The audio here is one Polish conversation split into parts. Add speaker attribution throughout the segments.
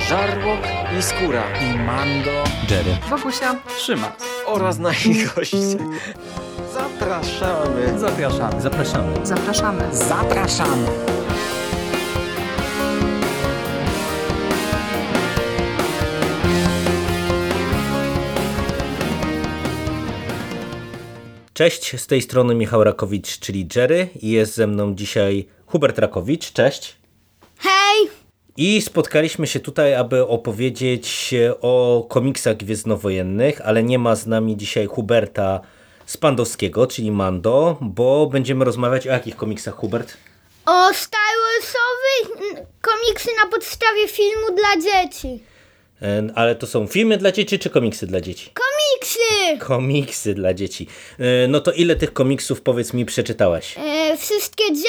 Speaker 1: Żarłok i Skóra
Speaker 2: i Mando,
Speaker 3: Jerry,
Speaker 2: Wokusia, Szymas
Speaker 1: oraz nasi goście. Zapraszamy.
Speaker 2: Zapraszamy.
Speaker 3: zapraszamy.
Speaker 2: Zapraszamy. Zapraszamy.
Speaker 3: Cześć, z tej strony Michał Rakowicz, czyli Jerry, i jest ze mną dzisiaj Hubert Rakowicz. Cześć.
Speaker 4: Hej!
Speaker 3: I spotkaliśmy się tutaj, aby opowiedzieć o komiksach gwiezdnowojennych, ale nie ma z nami dzisiaj Huberta Spandowskiego, czyli Mando, bo będziemy rozmawiać o jakich komiksach, Hubert?
Speaker 4: O Star Warsowych komiksy na podstawie filmu dla dzieci.
Speaker 3: Ale to są filmy dla dzieci czy komiksy dla dzieci?
Speaker 4: Komiksy!
Speaker 3: Komiksy dla dzieci. No to ile tych komiksów, powiedz mi, przeczytałaś?
Speaker 4: Wszystkie 9.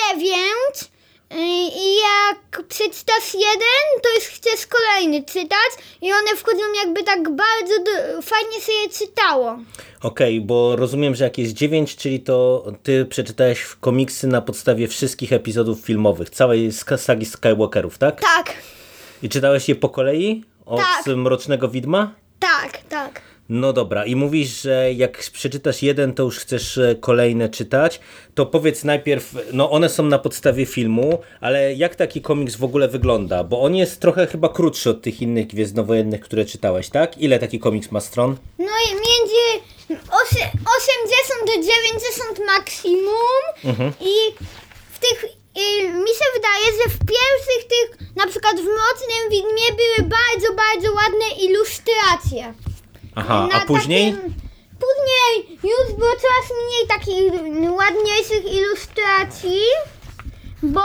Speaker 4: I jak przeczytasz jeden, to już chcesz kolejny czytać i one wchodzą jakby tak bardzo fajnie się je czytało.
Speaker 3: Okej, bo rozumiem, że jak jest 9, czyli to ty przeczytałeś komiksy na podstawie wszystkich epizodów filmowych, całej sagi Skywalkerów, tak?
Speaker 4: Tak,
Speaker 3: I czytałeś je po kolei? Od
Speaker 4: Tak.
Speaker 3: Mrocznego Widma?
Speaker 4: tak.
Speaker 3: No dobra, i mówisz, że jak przeczytasz jeden, to już chcesz kolejne czytać, to powiedz najpierw, no one są na podstawie filmu, ale jak taki komiks w ogóle wygląda? Bo on jest trochę chyba krótszy od tych innych gwiezdnowojennych, które czytałeś, tak? Ile taki komiks ma stron?
Speaker 4: No i między 80 do 90 maksimum i w tych mi się wydaje, że w pierwszych tych, na przykład w Mrocznym Widmie były bardzo, bardzo ładne ilustracje.
Speaker 3: Aha, a później?
Speaker 4: Później już było coraz mniej takich ładniejszych ilustracji, bo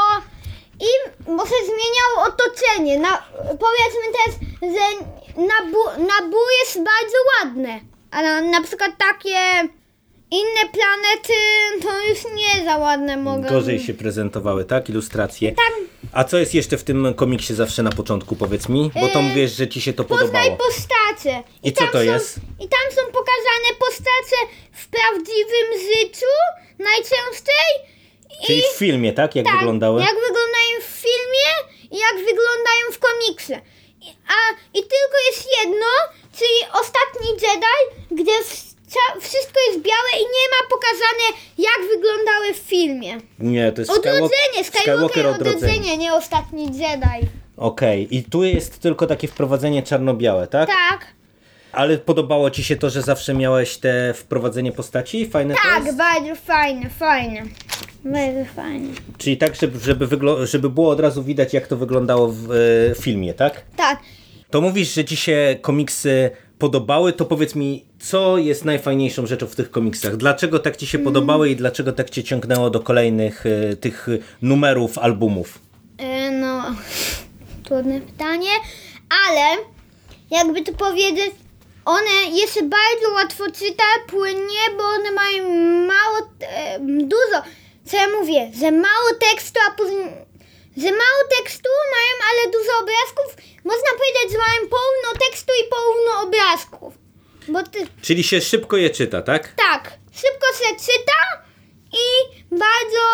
Speaker 4: się zmieniało otoczenie. Powiedzmy też, że Nabu jest bardzo ładne, a na przykład takie inne planety to już nie za ładne mogą.
Speaker 3: Gorzej się prezentowały, tak? Ilustracje.
Speaker 4: Tak.
Speaker 3: A co jest jeszcze w tym komiksie zawsze na początku, powiedz mi? Bo to mówisz, że ci się to
Speaker 4: Poznaj
Speaker 3: podobało.
Speaker 4: postacie.
Speaker 3: I co to jest?
Speaker 4: I tam są pokazane postacie w prawdziwym życiu najczęściej.
Speaker 3: Czyli w filmie, tak? Jak wyglądały?
Speaker 4: Jak wyglądają w filmie i jak wyglądają w komiksie. I tylko jest jedno, czyli Ostatni Jedi, gdzie wszystko jest białe i nie ma pokazane, jak wyglądały w filmie.
Speaker 3: Nie, to jest
Speaker 4: Skywalker Odrodzenie, nie Ostatni Jedi.
Speaker 3: Okej, i tu jest tylko takie wprowadzenie czarno-białe, tak?
Speaker 4: Tak.
Speaker 3: Ale podobało ci się to, że zawsze miałeś te wprowadzenie postaci? Fajne to
Speaker 4: Tak,
Speaker 3: jest?
Speaker 4: bardzo fajne. Bardzo fajne.
Speaker 3: Czyli tak, żeby było od razu widać, jak to wyglądało w filmie, tak?
Speaker 4: Tak.
Speaker 3: To mówisz, że ci się komiksy podobały, to powiedz mi, co jest najfajniejszą rzeczą w tych komiksach? Dlaczego tak ci się podobały i dlaczego tak cię ciągnęło do kolejnych tych numerów, albumów?
Speaker 4: No, trudne pytanie, ale jakby to powiedzieć, one jeszcze bardzo łatwo czyta, płynnie, bo one mają dużo, co ja mówię, że mało tekstu, a później że mało tekstu mają, ale dużo obrazków. Można powiedzieć, że mają pełno tekstu i pełno obrazków.
Speaker 3: Czyli się szybko je czyta, tak?
Speaker 4: Tak, szybko się czyta i bardzo,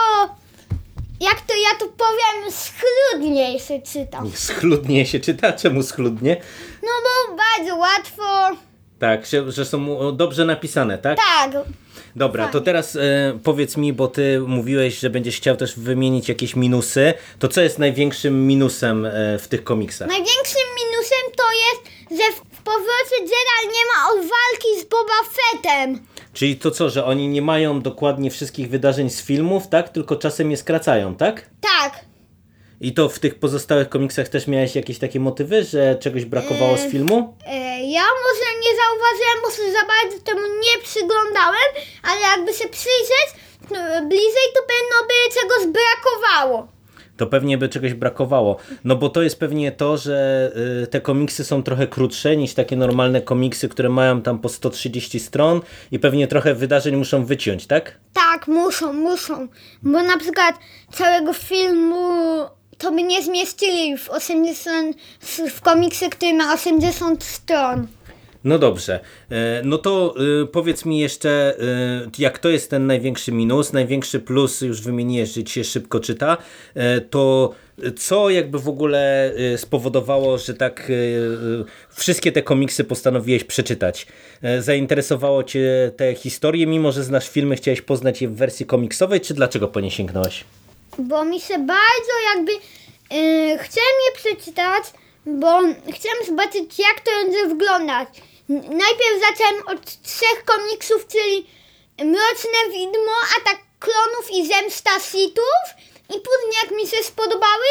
Speaker 4: ja to powiem, schludnie się czyta.
Speaker 3: Schludnie się czyta? Czemu schludnie?
Speaker 4: No bo bardzo łatwo.
Speaker 3: Tak, że są dobrze napisane, tak?
Speaker 4: Tak.
Speaker 3: Dobra,
Speaker 4: Fajnie.
Speaker 3: to teraz powiedz mi, bo ty mówiłeś, że będziesz chciał też wymienić jakieś minusy, to co jest największym minusem w tych komiksach?
Speaker 4: Największym minusem to jest, że w Powrocie Jedi nie ma walki z Boba Fettem.
Speaker 3: Czyli to co, że oni nie mają dokładnie wszystkich wydarzeń z filmów, tak? Tylko czasem je skracają, tak?
Speaker 4: Tak.
Speaker 3: I to w tych pozostałych komiksach też miałeś jakieś takie motywy, że czegoś brakowało z filmu?
Speaker 4: Ja może nie zauważyłem, bo się za bardzo temu nie przyglądałem, ale jakby się przyjrzeć bliżej, to pewno by czegoś brakowało.
Speaker 3: To pewnie by czegoś brakowało. No bo to jest pewnie to, że te komiksy są trochę krótsze niż takie normalne komiksy, które mają tam po 130 stron i pewnie trochę wydarzeń muszą wyciąć, tak?
Speaker 4: Tak, muszą. Bo na przykład całego filmu to by nie zmieścili w komiksy, który ma 80 stron.
Speaker 3: No dobrze, no to powiedz mi jeszcze, jak to jest ten największy minus, największy plus, już wymieniłeś, że ci się szybko czyta, to co jakby w ogóle spowodowało, że tak wszystkie te komiksy postanowiłeś przeczytać? Zainteresowało cię te historie, mimo że znasz filmy, chciałeś poznać je w wersji komiksowej, czy dlaczego po nie sięgnąłeś?
Speaker 4: Bo mi się bardzo jakby... chciałem je przeczytać, bo chciałem zobaczyć, jak to będzie wyglądać. Najpierw zacząłem od 3 komiksów, czyli Mroczne Widmo, Atak Klonów i Zemsta Sithów. I później, jak mi się spodobały,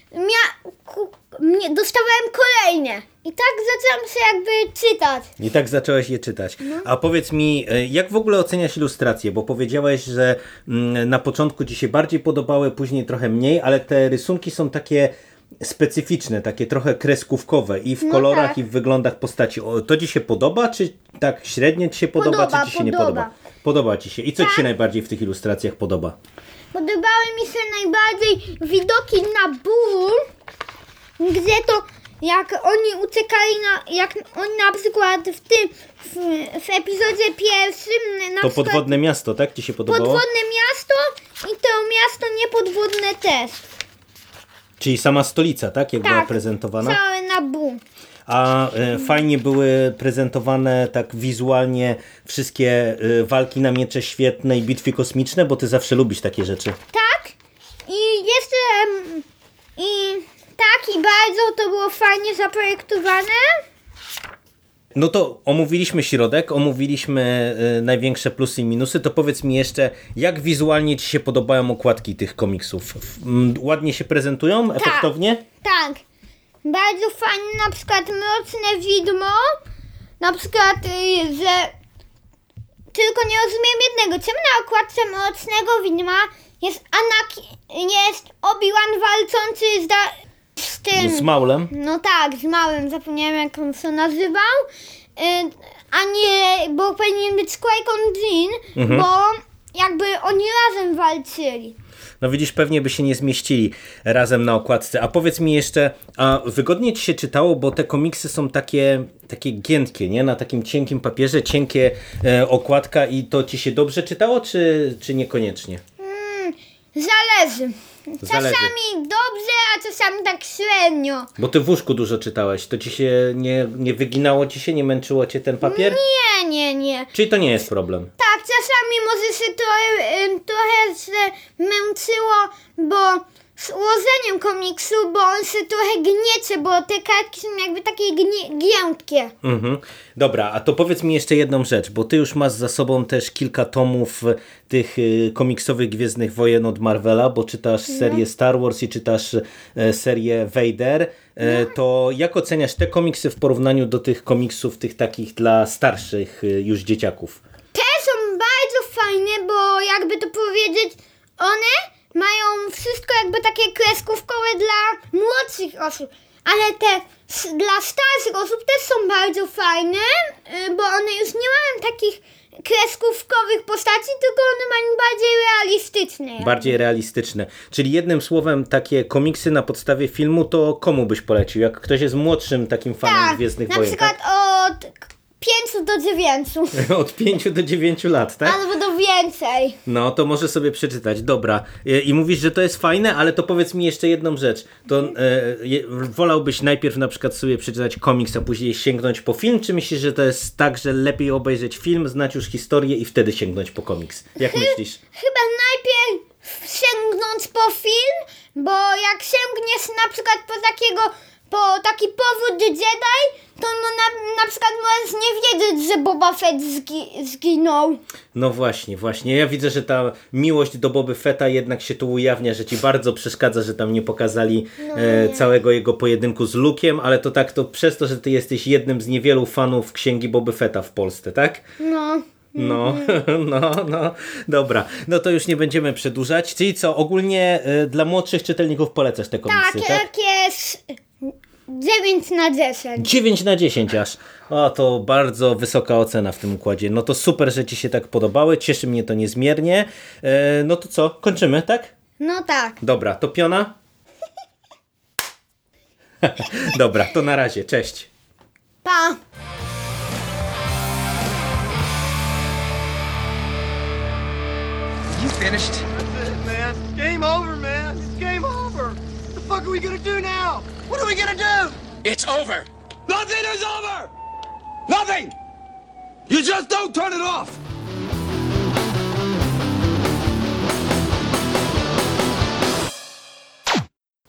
Speaker 4: dostawałem kolejne. I tak zaczęłam się jakby czytać.
Speaker 3: I tak zacząłeś je czytać. A powiedz mi, jak w ogóle oceniasz ilustracje? Bo powiedziałeś, że na początku ci się bardziej podobały, później trochę mniej, ale te rysunki są takie specyficzne, takie trochę kreskówkowe i w kolorach,
Speaker 4: tak.
Speaker 3: i w wyglądach postaci. To ci się podoba, czy tak średnio ci się podoba, czy ci się nie podoba? Podoba ci się. I co ci się najbardziej w tych ilustracjach podoba?
Speaker 4: Podobały mi się najbardziej widoki na ból, gdzie to jak oni uciekali, jak oni na przykład w epizodzie pierwszym...
Speaker 3: To podwodne miasto, tak? Ci się podobało?
Speaker 4: Podwodne miasto i to miasto niepodwodne też.
Speaker 3: Czyli sama stolica, tak? Jak była
Speaker 4: Tak,
Speaker 3: prezentowana?
Speaker 4: całe Naboo.
Speaker 3: A fajnie były prezentowane tak wizualnie wszystkie walki na miecze świetne i bitwy kosmiczne, bo ty zawsze lubisz takie rzeczy.
Speaker 4: Tak. I jeszcze... I bardzo to było fajnie zaprojektowane.
Speaker 3: No to omówiliśmy środek, omówiliśmy największe plusy i minusy, to powiedz mi jeszcze, jak wizualnie ci się podobają okładki tych komiksów? Ładnie się prezentują? Efektownie?
Speaker 4: Tak. Bardzo fajnie, na przykład Mroczne Widmo, na przykład, że tylko nie rozumiem jednego, czemu na okładce Mrocznego Widma jest jest Obi-Wan walczący z tym...
Speaker 3: Z Maulem?
Speaker 4: No tak, z Małym, zapomniałem jak on się nazywał, a nie, bo powinien być Qui-Gon Jinn, bo jakby oni razem walczyli.
Speaker 3: No widzisz, pewnie by się nie zmieścili razem na okładce. A powiedz mi jeszcze, a wygodnie ci się czytało, bo te komiksy są takie giętkie, nie? Na takim cienkim papierze, cienkie okładka i to ci się dobrze czytało, czy niekoniecznie?
Speaker 4: Zależy.
Speaker 3: Zależy.
Speaker 4: Czasami dobrze, a czasami tak średnio.
Speaker 3: Bo ty w łóżku dużo czytałeś, to ci się nie wyginało ci się, nie męczyło cię ten papier?
Speaker 4: Nie.
Speaker 3: Czyli to nie jest problem?
Speaker 4: Tak, czasami może się trochę się męczyło, bo z ułożeniem komiksu, bo on się trochę gniecie, bo te kartki są jakby takie giętkie.
Speaker 3: Dobra, a to powiedz mi jeszcze jedną rzecz, bo ty już masz za sobą też kilka tomów tych komiksowych Gwiezdnych Wojen od Marvela, bo czytasz serię Star Wars i czytasz serię Vader. To jak oceniasz te komiksy w porównaniu do tych komiksów, tych takich dla starszych już dzieciaków?
Speaker 4: Te są bardzo fajne, bo jakby to powiedzieć, one mają wszystko jakby takie kreskówkowe dla młodszych osób, ale te dla starszych osób też są bardzo fajne, bo one już nie mają takich kreskówkowych postaci, tylko one mają bardziej realistyczne.
Speaker 3: Bardziej realistyczne. Czyli jednym słowem takie komiksy na podstawie filmu to komu byś polecił? Jak ktoś jest młodszym takim fanem Gwiezdnych
Speaker 4: na
Speaker 3: Wojen,
Speaker 4: przykład
Speaker 3: tak?
Speaker 4: od 5 do 9.
Speaker 3: Od 5 do 9 lat, tak?
Speaker 4: Albo do więcej.
Speaker 3: No, to może sobie przeczytać. Dobra. I mówisz, że to jest fajne, ale to powiedz mi jeszcze jedną rzecz. To wolałbyś najpierw na przykład sobie przeczytać komiks, a później sięgnąć po film, czy myślisz, że to jest tak, że lepiej obejrzeć film, znać już historię i wtedy sięgnąć po komiks? Jak myślisz?
Speaker 4: Chyba najpierw sięgnąć po film, bo jak sięgniesz na przykład po taki powód Jedi, to na przykład możesz nie wiedzieć, że Boba Fett zginął.
Speaker 3: No właśnie. Ja widzę, że ta miłość do Boby Fetta jednak się tu ujawnia, że ci bardzo przeszkadza, że tam nie pokazali całego jego pojedynku z Luke'iem, ale to tak to przez to, że ty jesteś jednym z niewielu fanów księgi Boby Fetta w Polsce, tak? No, dobra. No to już nie będziemy przedłużać. Czyli co, ogólnie dla młodszych czytelników polecasz te komiksy, tak?
Speaker 4: Tak, jest 9 na 10.
Speaker 3: 9 na 10 aż. O, to bardzo wysoka ocena w tym układzie. No to super, że ci się tak podobały. Cieszy mnie to niezmiernie. No to co, kończymy, tak?
Speaker 4: No tak.
Speaker 3: Dobra, to piona? Dobra, to na razie. Cześć.
Speaker 4: Pa.
Speaker 5: finished?
Speaker 6: That's it, man. Game over, man. It's game over. What the fuck are we gonna do now? What are we gonna do?
Speaker 5: It's over. Nothing is over. Nothing. You just don't turn it off.